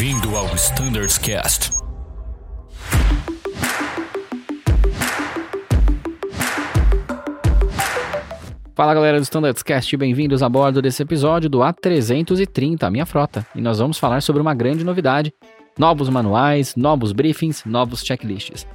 Bem-vindo ao Standards Cast. Fala galera do Standards Cast, bem-vindos a bordo desse episódio do A330, a minha frota. E nós vamos falar sobre uma grande novidade, novos manuais, novos briefings, novos checklists.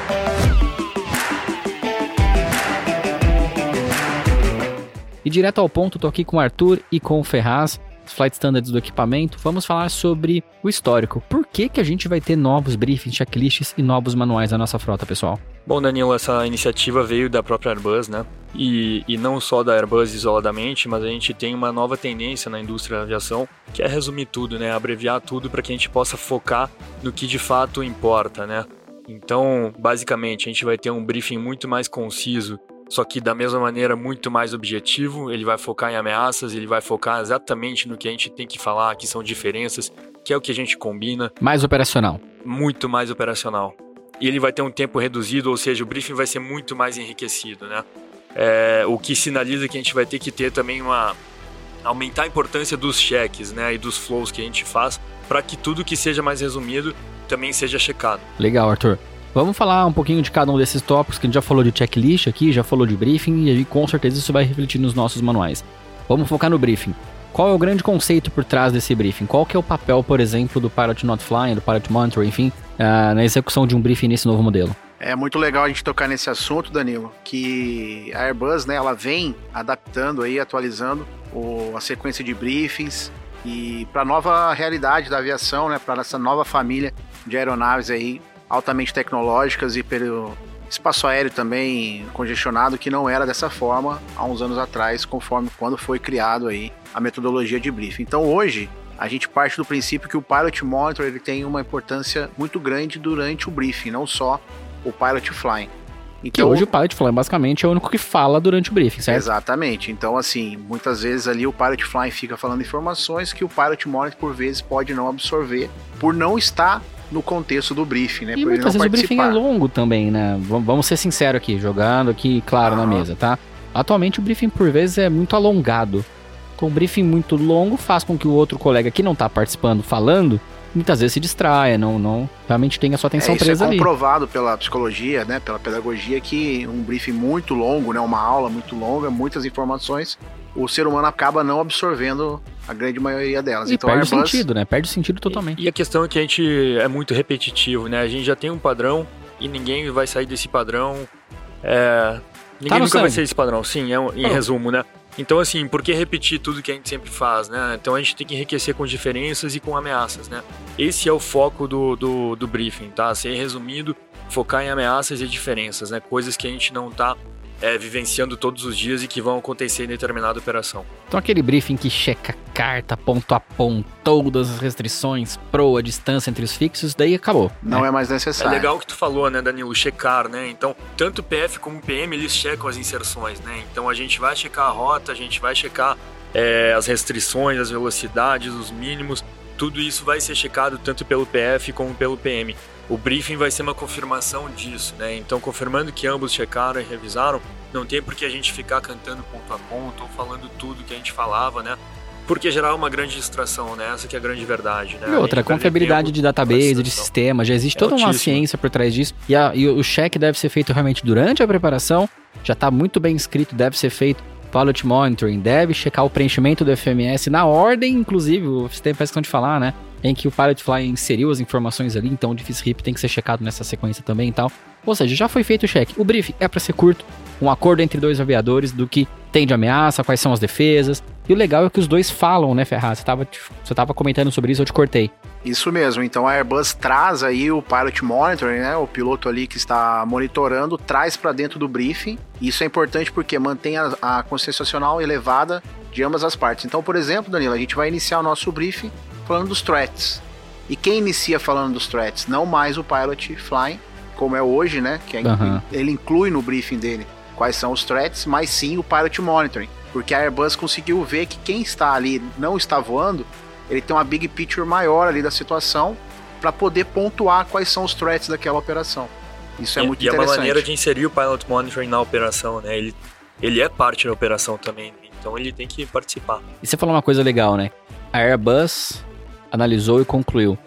E direto ao ponto, tô aqui com o Arthur e com o Ferraz, os Flight Standards do equipamento. Vamos falar sobre o histórico. Por que a gente vai ter novos briefings, checklists e novos manuais na nossa frota, pessoal? Bom, Danilo, essa iniciativa veio da própria Airbus, né? E não só da Airbus isoladamente, mas a gente tem uma nova tendência na indústria da aviação, que é resumir tudo, né? Abreviar tudo para que a gente possa focar no que de fato importa, né? Então, basicamente, a gente vai ter um briefing muito mais conciso, só que da mesma maneira muito mais objetivo. Ele vai focar em ameaças, ele vai focar exatamente no que a gente tem que falar, que são diferenças, que é o que a gente combina. Mais operacional. Muito mais operacional. E ele vai ter um tempo reduzido, ou seja, o briefing vai ser muito mais enriquecido, né? O que sinaliza que a gente vai ter que ter também aumentar a importância dos cheques, né, e dos flows que a gente faz, para que tudo que seja mais resumido também seja checado. Legal, Arthur. Vamos falar um pouquinho de cada um desses tópicos, que a gente já falou de checklist aqui, já falou de briefing, e aí com certeza isso vai refletir nos nossos manuais. Vamos focar no briefing. Qual é o grande conceito por trás desse briefing? Qual que é o papel, por exemplo, do Pilot Not Flying, do Pilot Monitor, enfim, na execução de um briefing nesse novo modelo? É muito legal a gente tocar nesse assunto, Danilo, que a Airbus, né, ela vem adaptando aí, atualizando a sequência de briefings e para a nova realidade da aviação, né, para essa nova família de aeronaves aí altamente tecnológicas e pelo espaço aéreo também congestionado, que não era dessa forma há uns anos atrás, conforme quando foi criado aí a metodologia de briefing. Então hoje a gente parte do princípio que o Pilot Monitor ele tem uma importância muito grande durante o briefing, não só o Pilot Flying. Então, que hoje o Pilot Flying basicamente é o único que fala durante o briefing, certo? Exatamente. Então, assim, muitas vezes ali o Pilot Flying fica falando informações que o Pilot Monitor, por vezes, pode não absorver por não estar no contexto do briefing, né? E muitas vezes o briefing é longo também, né? Vamos ser sinceros aqui, jogando aqui, claro, na mesa, tá? Atualmente o briefing, por vezes, é muito alongado. Com um briefing muito longo, faz com que o outro colega que não tá participando, falando, muitas vezes se distraia, não realmente tem a sua atenção presa ali. Isso é comprovado pela psicologia, né, pela pedagogia, que um briefing muito longo, né, uma aula muito longa, muitas informações, o ser humano acaba não absorvendo a grande maioria delas. E então, perde o sentido, né? Perde o sentido totalmente. E a questão é que a gente é muito repetitivo, né? A gente já tem um padrão e ninguém vai sair desse padrão. Ninguém nunca vai sair desse padrão, sim, em resumo, né? Então, assim, por que repetir tudo que a gente sempre faz, né? Então a gente tem que enriquecer com diferenças e com ameaças, né? Esse é o foco do briefing, tá? Ser resumido, focar em ameaças e diferenças, né? Coisas que a gente não tá vivenciando todos os dias e que vão acontecer em determinada operação. Então aquele briefing que checa carta, ponto a ponto, todas as restrições, proa, distância entre os fixos, daí acabou. Não é mais necessário. É legal o que tu falou, né, Danilo? Checar, né? Então, tanto o PF como o PM, eles checam as inserções, né? Então a gente vai checar a rota, a gente vai checar as restrições, as velocidades, os mínimos, tudo isso vai ser checado tanto pelo PF como pelo PM. O briefing vai ser uma confirmação disso, né? Então, confirmando que ambos checaram e revisaram, não tem por que a gente ficar cantando ponto a ponto ou falando tudo que a gente falava, né? Porque gerar uma grande distração, né? Essa que é a grande verdade, né? E outra, confiabilidade de database, de sistema, já existe toda uma ciência por trás disso. E o check deve ser feito realmente durante a preparação, já está muito bem escrito, deve ser feito. Pilot Monitoring deve checar o preenchimento do FMS na ordem, inclusive, o sistema faz questão de falar, né? Em que o Pilot Fly inseriu as informações ali, então o Diffs RIP tem que ser checado nessa sequência também e tal. Ou seja, já foi feito o check. O briefing é para ser curto, um acordo entre dois aviadores do que tem de ameaça, quais são as defesas. E o legal é que os dois falam, né, Ferraz? Você tava comentando sobre isso, eu te cortei. Isso mesmo, então a Airbus traz aí o Pilot Monitoring, né, o piloto ali que está monitorando, traz para dentro do briefing. Isso é importante porque mantém a consciência nacional elevada de ambas as partes. Então, por exemplo, Danilo, a gente vai iniciar o nosso briefing falando dos threats. E quem inicia falando dos threats? Não mais o Pilot Flying, como é hoje, né, que ele inclui no briefing dele quais são os threats, mas sim o Pilot Monitoring, porque a Airbus conseguiu ver que quem está ali não está voando, ele tem uma big picture maior ali da situação para poder pontuar quais são os threats daquela operação. Isso é muito interessante. E é uma maneira de inserir o Pilot Monitoring na operação, né? Ele é parte da operação também, então ele tem que participar. E você falou uma coisa legal, né? A Airbus analisou e concluiu.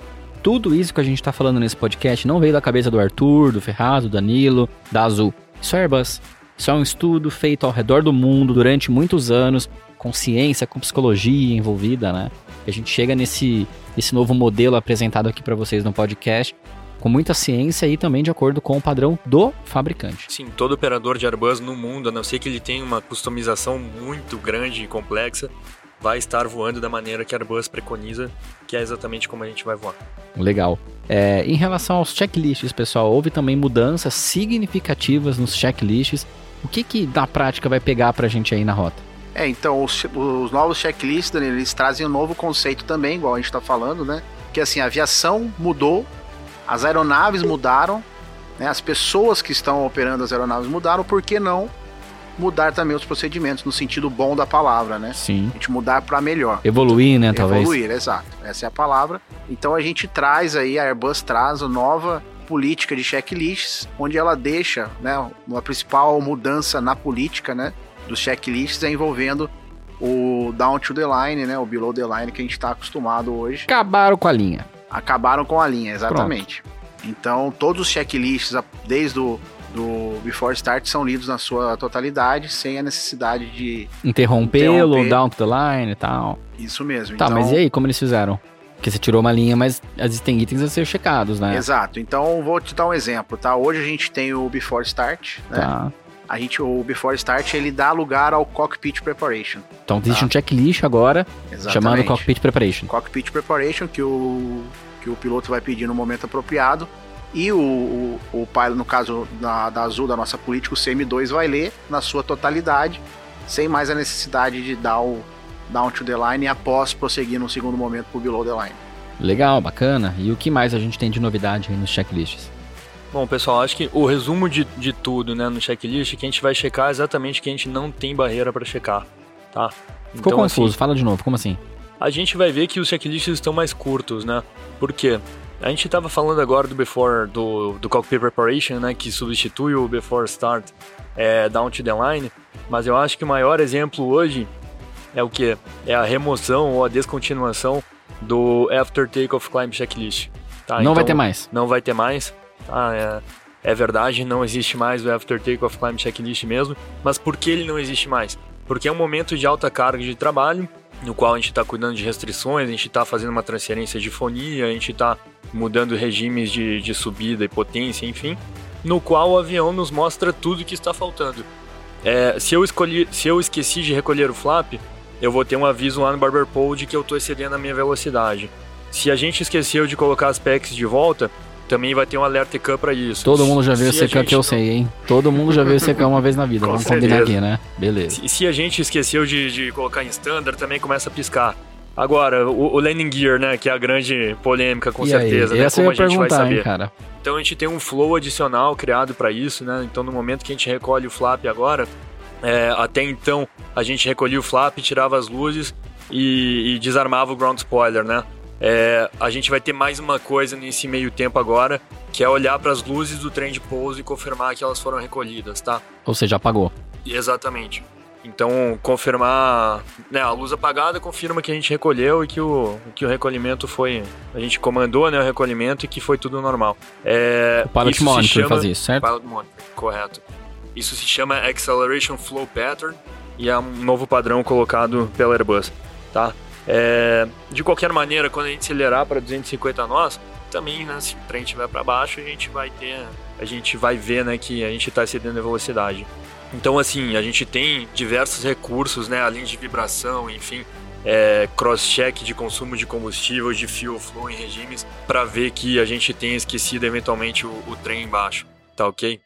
tudo isso que a gente tá falando nesse podcast não veio da cabeça do Arthur, do Ferraz, do Danilo, da Azul. Isso é Airbus. Isso é um estudo feito ao redor do mundo durante muitos anos, com ciência, com psicologia envolvida, né? E a gente chega nesse novo modelo apresentado aqui para vocês no podcast, com muita ciência e também de acordo com o padrão do fabricante. Sim, todo operador de Airbus no mundo, a não ser que ele tenha uma customização muito grande e complexa, vai estar voando da maneira que a Airbus preconiza, que é exatamente como a gente vai voar. Legal. Em relação aos checklists, pessoal, houve também mudanças significativas nos checklists. O que na prática vai pegar pra gente aí na rota? Então, os novos checklists, Danilo, eles trazem um novo conceito também, igual a gente tá falando, né? Que assim, a aviação mudou, as aeronaves mudaram, né? As pessoas que estão operando as aeronaves mudaram, por que não mudar também os procedimentos, no sentido bom da palavra, né? Sim. A gente mudar para melhor. Evoluir, né, talvez? Evoluir, exato. Essa é a palavra. Então a gente traz aí, a Airbus traz a nova política de checklists, onde ela deixa, né, uma principal mudança na política, né, dos checklists é envolvendo o down to the line, né, o below the line que a gente está acostumado hoje. Acabaram com a linha. Acabaram com a linha, exatamente. Pronto. Então todos os checklists, desde do Before Start, são lidos na sua totalidade, sem a necessidade de interrompê-lo, down to the line e tal. Isso mesmo. Tá, então, mas e aí, como eles fizeram? Porque você tirou uma linha, mas existem itens a ser checados, né? Exato. Então, vou te dar um exemplo, tá? Hoje a gente tem o Before Start, né? Tá. O Before Start, ele dá lugar ao Cockpit Preparation. Então, existe um checklist agora, exatamente, chamado Cockpit Preparation. Cockpit Preparation, que o piloto vai pedir no momento apropriado. E o pilot, no caso da Azul, da nossa política, o CM2 vai ler na sua totalidade, sem mais a necessidade de dar o down to the line e após prosseguir no segundo momento pro below the line. Legal, bacana. E o que mais a gente tem de novidade aí nos checklists? Bom, pessoal, acho que o resumo de tudo, né, no checklist é que a gente vai checar exatamente que a gente não tem barreira para checar, tá? Ficou então, confuso, assim, fala de novo, como assim? A gente vai ver que os checklists estão mais curtos, né? Por quê? A gente estava falando agora do Cockpit Preparation, né, que substitui o Before Start down to the line, mas eu acho que o maior exemplo hoje é o quê? É a remoção ou a descontinuação do After Takeoff Climb Checklist. Tá? Não vai ter mais. Não vai ter mais. Tá? É verdade, não existe mais o After Takeoff Climb Checklist mesmo, mas por que ele não existe mais? Porque é um momento de alta carga de trabalho, no qual a gente está cuidando de restrições, a gente está fazendo uma transferência de fonia, a gente está mudando regimes de subida e potência, enfim, no qual o avião nos mostra tudo que está faltando. Se eu esqueci de recolher o flap, eu vou ter um aviso lá no Barber Pole de que eu estou excedendo a minha velocidade. Se a gente esqueceu de colocar as PECs de volta, também vai ter um alerta ECAM para isso. Todo mundo já viu esse ECAM que eu sei, hein? Todo mundo já viu esse ECAM uma vez na vida, vamos combinar aqui, né? Beleza. Se a gente esqueceu de colocar em standard, também começa a piscar. Agora, o landing gear, né, que é a grande polêmica, com certeza, né? Essa como a gente vai saber. Hein, cara? Então a gente tem um flow adicional criado para isso, né? Então no momento que a gente recolhe o flap agora, até então a gente recolhia o flap, tirava as luzes e desarmava o ground spoiler, né? A gente vai ter mais uma coisa nesse meio tempo agora, que é olhar para as luzes do trem de pouso e confirmar que elas foram recolhidas, tá? Ou seja, apagou. Exatamente. Então, confirmar, né, a luz apagada confirma que a gente recolheu e que o recolhimento foi... A gente comandou, né, o recolhimento e que foi tudo normal. O Pilot Monitor faz isso, certo? Pilot Monitor, correto. Isso se chama Acceleration Flow Pattern e é um novo padrão colocado pela Airbus, tá? De qualquer maneira, quando a gente acelerar para 250 nós, também, né, se o trem estiver para baixo, a gente vai ver, né, que a gente está excedendo a velocidade. Então, assim, a gente tem diversos recursos, né, além de vibração, enfim, cross-check de consumo de combustível, de fuel flow em regimes, para ver que a gente tenha esquecido eventualmente o trem embaixo, tá ok?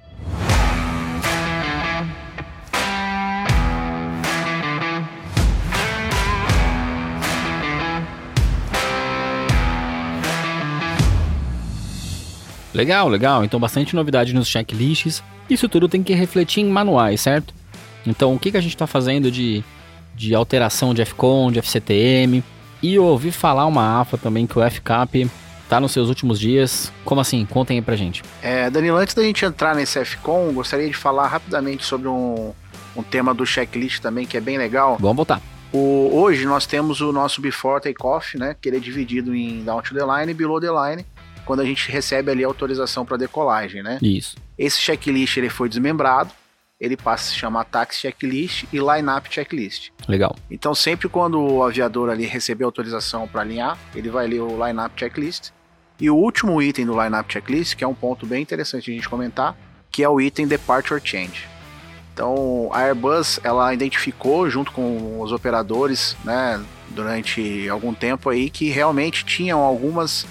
Legal. Então, bastante novidade nos checklists. Isso tudo tem que refletir em manuais, certo? Então, o que a gente está fazendo de alteração de FCON, de FCTM? E eu ouvi falar uma AFA também que o FCAP está nos seus últimos dias. Como assim? Contem aí pra gente. Danilo, antes da gente entrar nesse FCON, gostaria de falar rapidamente sobre um tema do checklist também, que é bem legal. Vamos voltar. Hoje nós temos o nosso Before Takeoff, né? Que ele é dividido em Down to the Line e Below the Line, quando a gente recebe ali a autorização para decolagem, né? Isso. Esse checklist ele foi desmembrado, ele passa a se chamar Taxi Checklist e Line-Up Checklist. Legal. Então sempre quando o aviador ali receber autorização para alinhar, ele vai ler o Line-Up Checklist. E o último item do Line-Up Checklist, que é um ponto bem interessante a gente comentar, que é o item Departure Change. Então a Airbus, ela identificou junto com os operadores, né, durante algum tempo aí, que realmente tinham alguns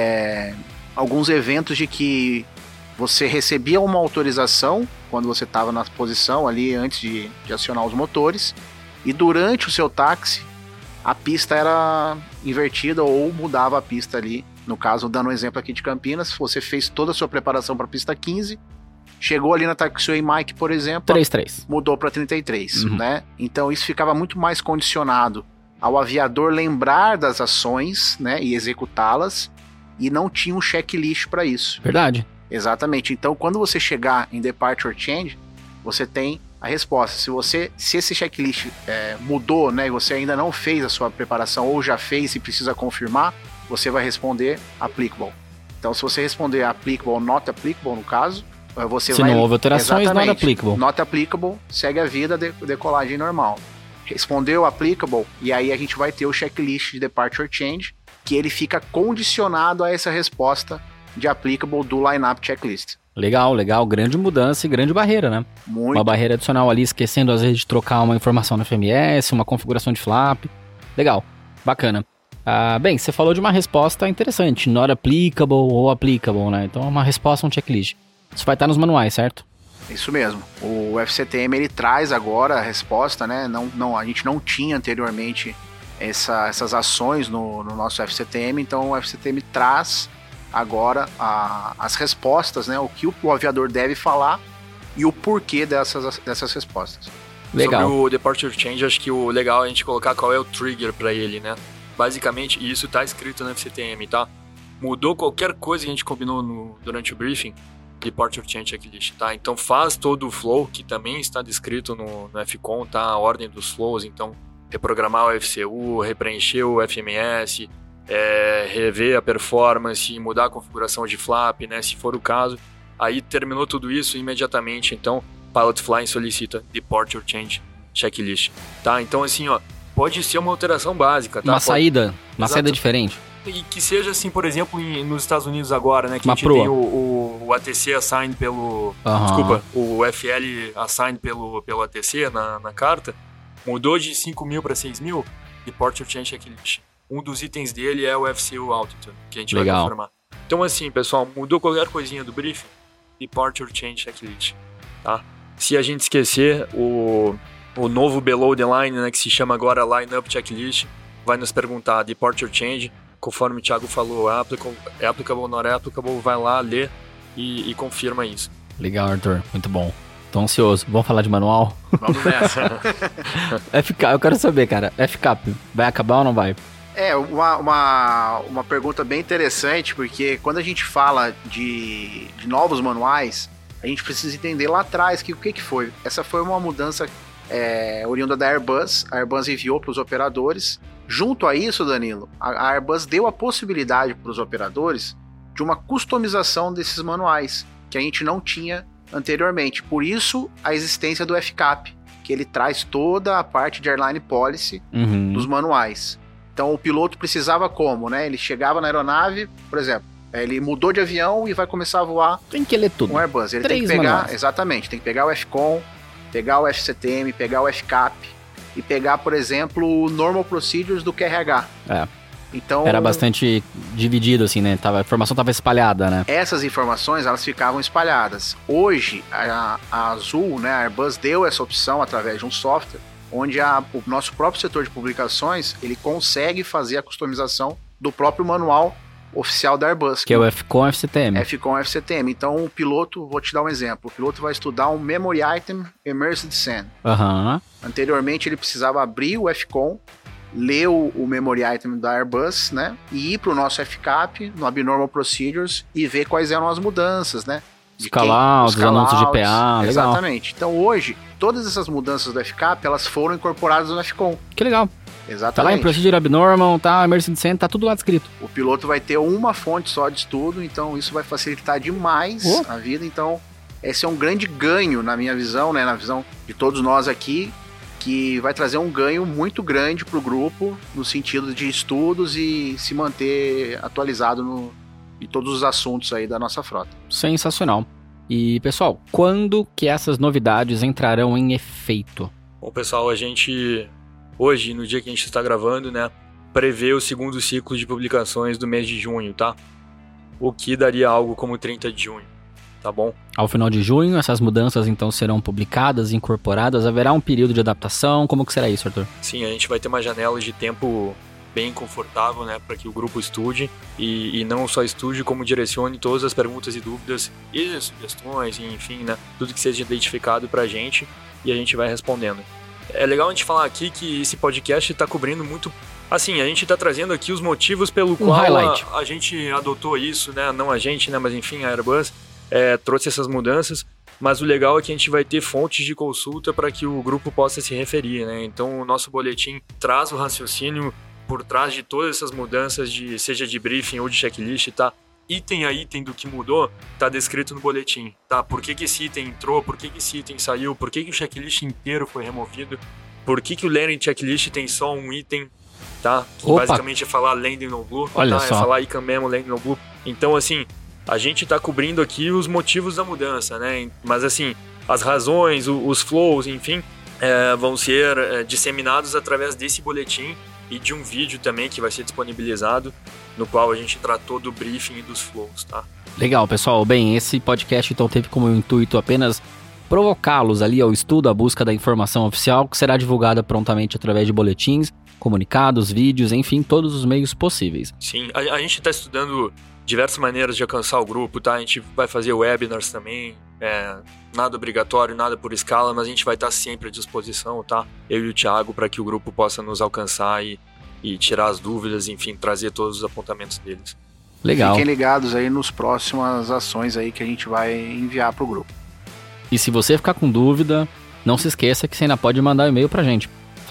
eventos de que você recebia uma autorização quando você estava na posição ali antes de acionar os motores, e durante o seu táxi a pista era invertida ou mudava a pista ali. No caso, dando um exemplo aqui de Campinas, você fez toda a sua preparação para a pista 15, chegou ali na taxiway Mike, por exemplo, 33. Mudou para 33, né? Então isso ficava muito mais condicionado ao aviador lembrar das ações, né, e executá-las, e não tinha um checklist para isso. Verdade. Exatamente. Então, quando você chegar em Departure Change, você tem a resposta. Se esse checklist mudou, né, e você ainda não fez a sua preparação, ou já fez e precisa confirmar, você vai responder applicable. Então, se você responder applicable ou not applicable, no caso, você se vai... Se não houve alterações, not applicable. Not applicable, segue a vida, decolagem normal. Respondeu applicable, e aí a gente vai ter o checklist de Departure Change, que ele fica condicionado a essa resposta de applicable do Line-Up Checklist. Legal. Grande mudança e grande barreira, né? Muito. Uma barreira adicional ali, esquecendo às vezes de trocar uma informação no FMS, uma configuração de flap. Legal, bacana. Bem, você falou de uma resposta interessante, not applicable ou applicable, né? Então é uma resposta, um checklist. Isso vai estar nos manuais, certo? Isso mesmo. O FCTM, ele traz agora a resposta, né? A gente não tinha anteriormente essas ações no nosso FCTM, então o FCTM traz agora as respostas, né? O que o aviador deve falar e o porquê dessas respostas. Legal. Sobre o Departure Change, acho que o legal é a gente colocar qual é o trigger para ele, né? Basicamente, e isso tá escrito no FCTM, tá? Mudou qualquer coisa que a gente combinou durante o briefing, Departure Change Checklist, tá? Então faz todo o flow, que também está descrito no FCON, tá? A ordem dos flows, então reprogramar o FCU, repreencher o FMS, rever a performance, mudar a configuração de flap, né? Se for o caso. Aí terminou tudo isso imediatamente, então Pilot Flying solicita Departure Change Checklist, tá? Então assim, ó, pode ser uma alteração básica, tá? Uma saída diferente. E que seja assim, por exemplo, nos Estados Unidos agora, né? Que uma a gente tem o ATC assigned pelo... Desculpa, o FL assigned pelo ATC na carta. Mudou de 5.000 para 6.000, Departure Change Checklist. Um dos itens dele é o FCU Altitude, que a gente vai confirmar. Então assim, pessoal, mudou qualquer coisinha do briefing, Departure Change Checklist, tá? Se a gente esquecer o novo Below the Line, né, que se chama agora Line-Up Checklist, vai nos perguntar Departure Change, conforme o Thiago falou, é applicable, not applicable, vai lá, lê e confirma isso. Legal, Arthur, muito bom. Tô ansioso. Vamos falar de manual? Vamos nessa. Eu quero saber, cara, FCAP, vai acabar ou não vai? Uma pergunta bem interessante, porque quando a gente fala de novos manuais, a gente precisa entender lá atrás o que foi. Essa foi uma mudança oriunda da Airbus. A Airbus enviou para os operadores. Junto a isso, Danilo, a Airbus deu a possibilidade para os operadores de uma customização desses manuais, que a gente não tinha anteriormente. Por isso, a existência do FCAP, que ele traz toda a parte de Airline Policy dos manuais. Então, o piloto precisava como, né? Ele chegava na aeronave, por exemplo, ele mudou de avião e vai começar a voar. Tem que ler tudo. Um Airbus. Ele tem que pegar, manuais. Exatamente, tem que pegar o FCON, pegar o FCTM, pegar o FCAP e pegar, por exemplo, o Normal Procedures do QRH. Então, era bastante dividido, assim, né? A informação estava espalhada, né? Essas informações, elas ficavam espalhadas. Hoje, a Azul, né, a Airbus deu essa opção através de um software, onde o nosso próprio setor de publicações, ele consegue fazer a customização do próprio manual oficial da Airbus. Que é o FCON FCTM. FCON FCTM. Então, o piloto, vou te dar um exemplo, o piloto vai estudar um Memory Item Immersed Descent. Anteriormente, ele precisava abrir o FCON, ler o Memory Item da Airbus, né, e ir para o nosso FCAP, no Abnormal Procedures, e ver quais eram as mudanças, né? Os callouts, os anúncios de PA, exatamente. Legal. Então, hoje, todas essas mudanças do FCAP, elas foram incorporadas no FCON. Que legal. Exatamente. Tá lá em Procedure Abnormal, tá, Emergency Center, tá tudo lá descrito. O piloto vai ter uma fonte só de estudo, então isso vai facilitar demais a vida. Então, esse é um grande ganho na minha visão, né, na visão de todos nós aqui, que vai trazer um ganho muito grande pro grupo, no sentido de estudos e se manter atualizado em todos os assuntos aí da nossa frota. Sensacional. E, pessoal, quando que essas novidades entrarão em efeito? Bom, pessoal, a gente, hoje, no dia que a gente está gravando, né, prevê o segundo ciclo de publicações do mês de junho, tá? O que daria algo como 30 de junho, tá bom? Ao final de junho, essas mudanças, então, serão publicadas, incorporadas? Haverá um período de adaptação? Como que será isso, Arthur? Sim, a gente vai ter uma janela de tempo bem confortável, né, para que o grupo estude e não só estude, como direcione todas as perguntas e dúvidas e sugestões, enfim, né, tudo que seja identificado pra gente e a gente vai respondendo. É legal a gente falar aqui que esse podcast tá cobrindo muito, assim, a gente tá trazendo aqui os motivos pelo qual a gente adotou isso, né, não a gente, né, mas enfim, a Airbus trouxe essas mudanças, mas o legal é que a gente vai ter fontes de consulta para que o grupo possa se referir, né, então o nosso boletim traz o raciocínio por trás de todas essas mudanças, seja de briefing ou de checklist, tá? Item a item do que mudou, tá descrito no boletim, tá? Por que esse item entrou, por que esse item saiu, por que o checklist inteiro foi removido, por que o landing checklist tem só um item, tá? Que basicamente é falar landing no blue, olha tá? Só. É falar icam memo, landing no blue. Então, assim, a gente tá cobrindo aqui os motivos da mudança, né? Mas, assim, as razões, os flows, enfim, vão ser disseminados através desse boletim e de um vídeo também que vai ser disponibilizado, no qual a gente tratou do briefing e dos flows, tá? Legal, pessoal. Bem, esse podcast então teve como intuito apenas provocá-los ali ao estudo, à busca da informação oficial, que será divulgada prontamente através de boletins, comunicados, vídeos, enfim, todos os meios possíveis. Sim, a gente está estudando diversas maneiras de alcançar o grupo, tá? A gente vai fazer webinars também, nada obrigatório, nada por escala, mas a gente vai estar sempre à disposição, tá? Eu e o Thiago, para que o grupo possa nos alcançar e tirar as dúvidas, enfim, trazer todos os apontamentos deles. Legal. Fiquem ligados aí nas próximas ações aí que a gente vai enviar pro grupo. E se você ficar com dúvida, não se esqueça que você ainda pode mandar um e-mail pra gente,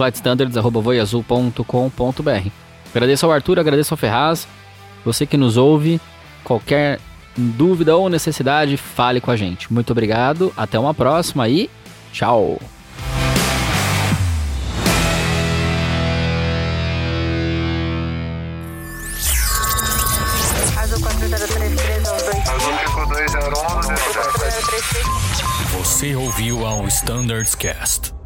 flightstandards@voiazul.com.br. Agradeço ao Arthur, agradeço ao Ferraz. Você que nos ouve, qualquer dúvida ou necessidade, fale com a gente. Muito obrigado, até uma próxima e tchau! Você ouviu ao Standards Cast.